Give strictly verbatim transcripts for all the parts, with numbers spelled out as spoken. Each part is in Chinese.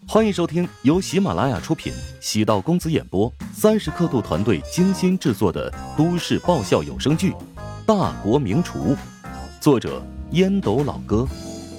欢迎收听由喜马拉雅出品，喜道公子演播，三十刻度团队精心制作的都市爆笑有声剧《大国名厨》，作者烟斗老哥。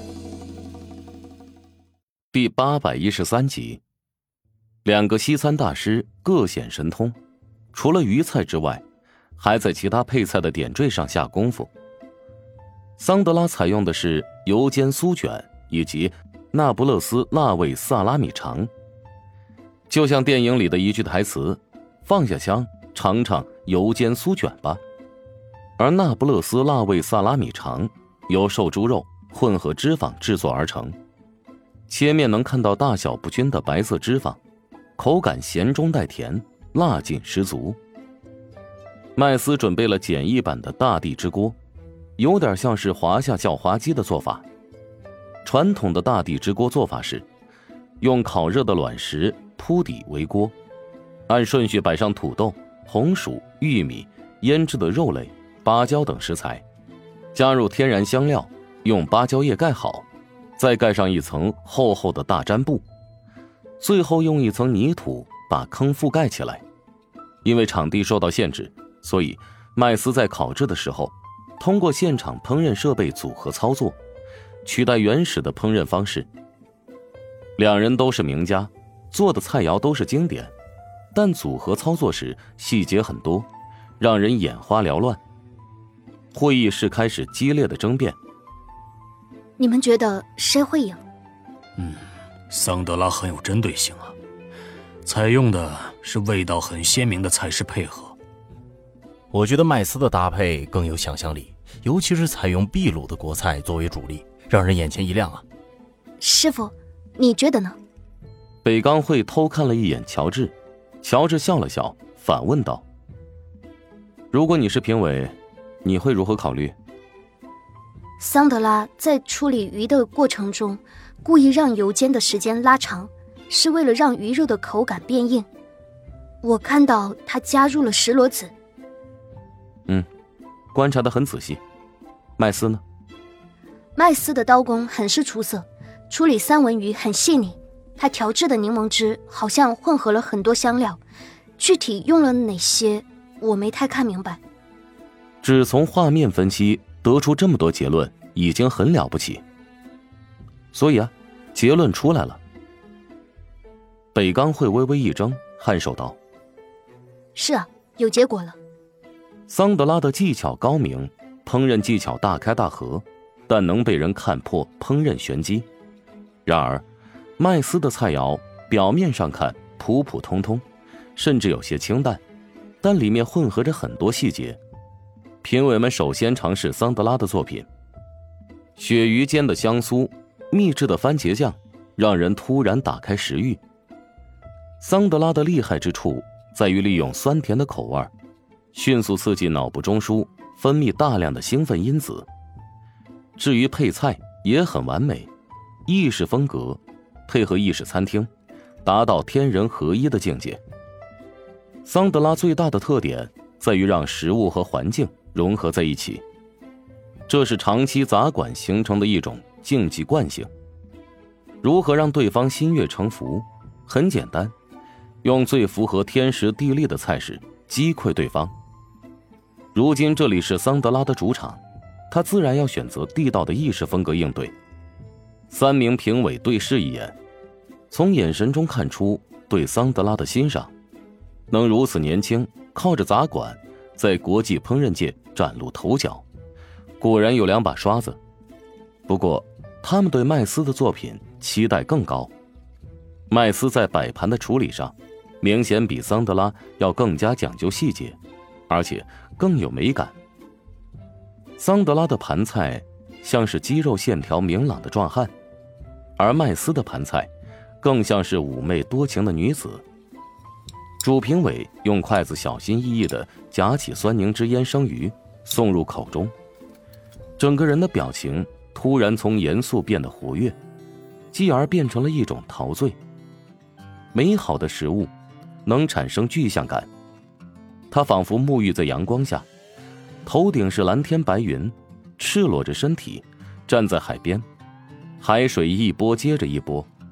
第八百一十三集。两个西餐大师各显神通，除了鱼菜之外，还在其他配菜的点缀上下功夫。桑德拉采用的是油煎酥卷以及那不勒斯辣味萨拉米肠，就像电影里的一句台词，放下枪尝尝油煎酥卷吧。而那不勒斯辣味萨拉米肠由瘦猪肉混合脂肪制作而成，切面能看到大小不均的白色脂肪，口感咸中带甜，辣劲十足。麦斯准备了简易版的大地之锅，有点像是华夏叫花鸡的做法。传统的大地之锅做法是用烤热的卵石铺底为锅，按顺序摆上土豆、红薯、玉米、腌制的肉类、芭蕉等食材，加入天然香料，用芭蕉叶盖好，再盖上一层厚厚的大毡布，最后用一层泥土把坑覆盖起来。因为场地受到限制，所以麦斯在烤制的时候通过现场烹饪设备组合操作，取代原始的烹饪方式。两人都是名家，做的菜肴都是经典，但组合操作时细节很多，让人眼花缭乱。会议室开始激烈的争辩。 你们觉得谁会赢？ 嗯，桑德拉很有针对性啊，采用的是味道很鲜明的菜式配合。 我觉得麦斯的搭配更有想象力，尤其是采用秘鲁的国菜作为主力，让人眼前一亮啊。 师傅，你觉得呢？ 北冈会偷看了一眼乔治，乔治笑了笑，反问道：如果你是评委，你会如何考虑？ 桑德拉在处理鱼的过程中故意让油煎的时间拉长，是为了让鱼肉的口感变硬。我看到他加入了石螺子。 嗯，观察得很仔细。麦斯呢？ 麦斯的刀工很是出色，处理三文鱼很细腻。他调制的柠檬汁好像混合了很多香料，具体用了哪些我没太看明白。 只从画面分析得出这么多结论已经很了不起。所以啊，结论出来了。北冈会微微一怔，颔首道： 是啊，有结果了。 桑德拉的技巧高明，烹饪技巧大开大合，但能被人看破烹饪玄机。然而麦斯的菜肴表面上看普普通通，甚至有些清淡，但里面混合着很多细节。评委们首先尝试桑德拉的作品，鳕鱼煎的香酥，秘制的番茄酱，让人突然打开食欲。桑德拉的厉害之处在于利用酸甜的口味，迅速刺激脑部中枢分泌大量的兴奋因子。至于配菜也很完美，意式风格配合意式餐厅，达到天人合一的境界。桑德拉最大的特点在于让食物和环境融合在一起，这是长期杂馆形成的一种竞技惯性。如何让对方心悦诚服？很简单，用最符合天时地利的菜式击溃对方。如今这里是桑德拉的主场，他自然要选择地道的意式风格应对。三名评委对视一眼，从眼神中看出对桑德拉的欣赏。能如此年轻，靠着杂馆在国际烹饪界崭露头角，果然有两把刷子。不过他们对麦斯的作品期待更高。麦斯在摆盘的处理上明显比桑德拉要更加讲究细节，而且更有美感。桑德拉的盘菜像是肌肉线条明朗的壮汉，而麦斯的盘菜更像是妩媚多情的女子。主评委用筷子小心翼翼地夹起酸凝之腌生鱼送入口中，整个人的表情突然从严肃变得活跃，继而变成了一种陶醉。美好的食物能产生具象感，他仿佛沐浴在阳光下，头顶是蓝天白云，赤裸着身体站在海边，海水一波接着一波，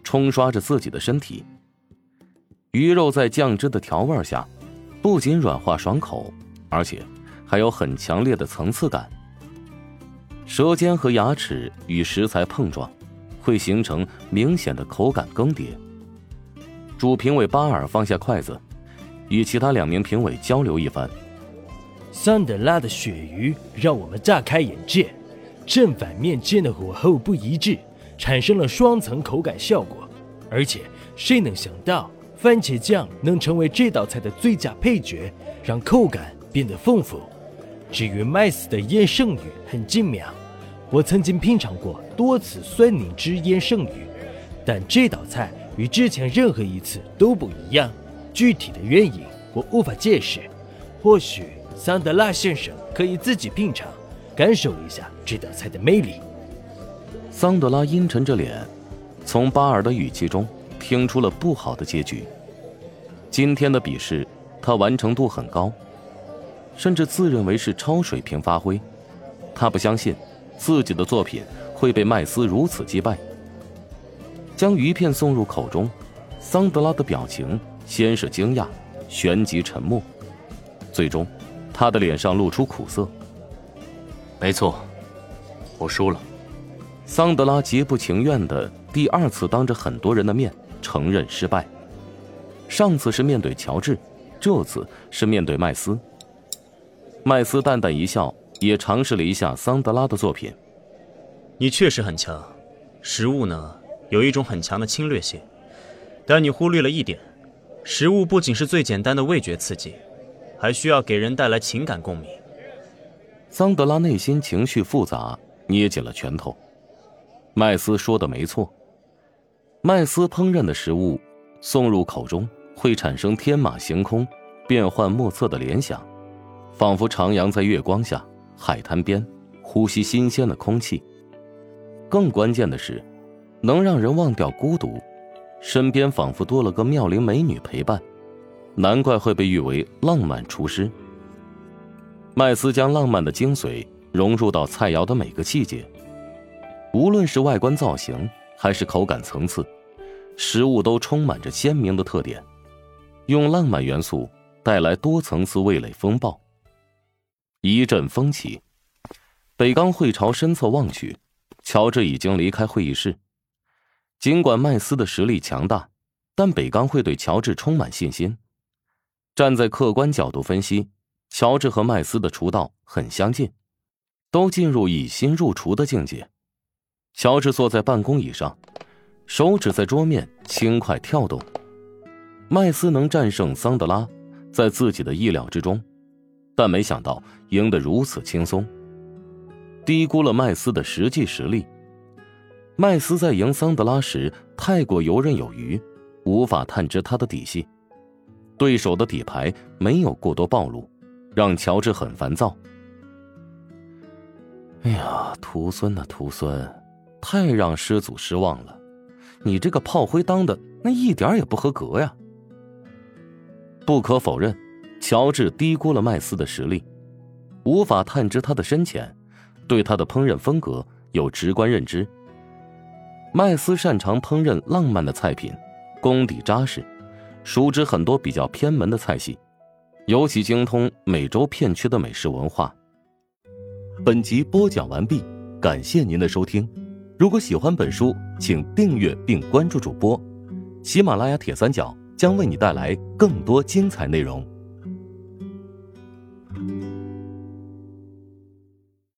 冲刷着自己的身体。鱼肉在酱汁的调味下，不仅软化爽口，而且还有很强烈的层次感。舌尖和牙齿与食材碰撞，会形成明显的口感更迭。主评委巴尔放下筷子，与其他两名评委交流一番。 桑德拉的鳕鱼让我们大开眼界，正反面间的火候不一致，产生了双层口感效果。而且谁能想到番茄酱能成为这道菜的最佳配角，让口感变得丰富。至于麦斯的腌生鱼很精妙，我曾经品尝过多次酸柠汁腌生鱼，但这道菜与之前任何一次都不一样。具体的原因我无法解释，或许桑德拉先生可以自己品尝，感受一下这道菜的魅力。 桑德拉阴沉着脸，从巴尔的语气中听出了不好的结局。今天的比试他完成度很高，甚至自认为是超水平发挥。他不相信自己的作品会被麦斯如此击败。将鱼片送入口中，桑德拉的表情先是惊讶，旋即沉默，最终他的脸上露出苦涩。 没错，我输了。 桑德拉极不情愿地第二次当着很多人的面承认失败。上次是面对乔治，这次是面对麦斯。麦斯淡淡一笑，也尝试了一下桑德拉的作品。 你确实很强，食物呢有一种很强的侵略性，但你忽略了一点，食物不仅是最简单的味觉刺激，还需要给人带来情感共鸣。 桑德拉内心情绪复杂，捏紧了拳头。麦斯说的没错，麦斯烹饪的食物送入口中会产生天马行空、变幻莫测的联想，仿佛徜徉在月光下、海滩边，呼吸新鲜的空气。更关键的是，能让人忘掉孤独，身边仿佛多了个妙龄美女陪伴，难怪会被誉为浪漫厨师。麦斯将浪漫的精髓融入到菜肴的每个细节，无论是外观造型还是口感层次，食物都充满着鲜明的特点，用浪漫元素带来多层次味蕾风暴。一阵风起，北冈会朝身侧望去，乔治已经离开会议室。尽管麦斯的实力强大，但北冈会对乔治充满信心。站在客观角度分析，乔治和麦斯的厨道很相近，都进入以心入厨的境界。乔治坐在办公椅上，手指在桌面轻快跳动。麦斯能战胜桑德拉，在自己的意料之中，但没想到赢得如此轻松，低估了麦斯的实际实力。麦斯在赢桑德拉时太过游刃有余，无法探知他的底细，对手的底牌没有过多暴露，让乔治很烦躁。哎呀，徒孙啊徒孙，太让师祖失望了，你这个炮灰当的那一点也不合格呀。不可否认，乔治低估了麦斯的实力，无法探知他的深浅，对他的烹饪风格有直观认知。麦斯擅长烹饪浪漫的菜品，功底扎实，熟知很多比较偏门的菜系，尤其精通美洲片区的美食文化。 本集播讲完毕，感谢您的收听。如果喜欢本书，请订阅并关注主播。喜马拉雅铁三角将为你带来更多精彩内容。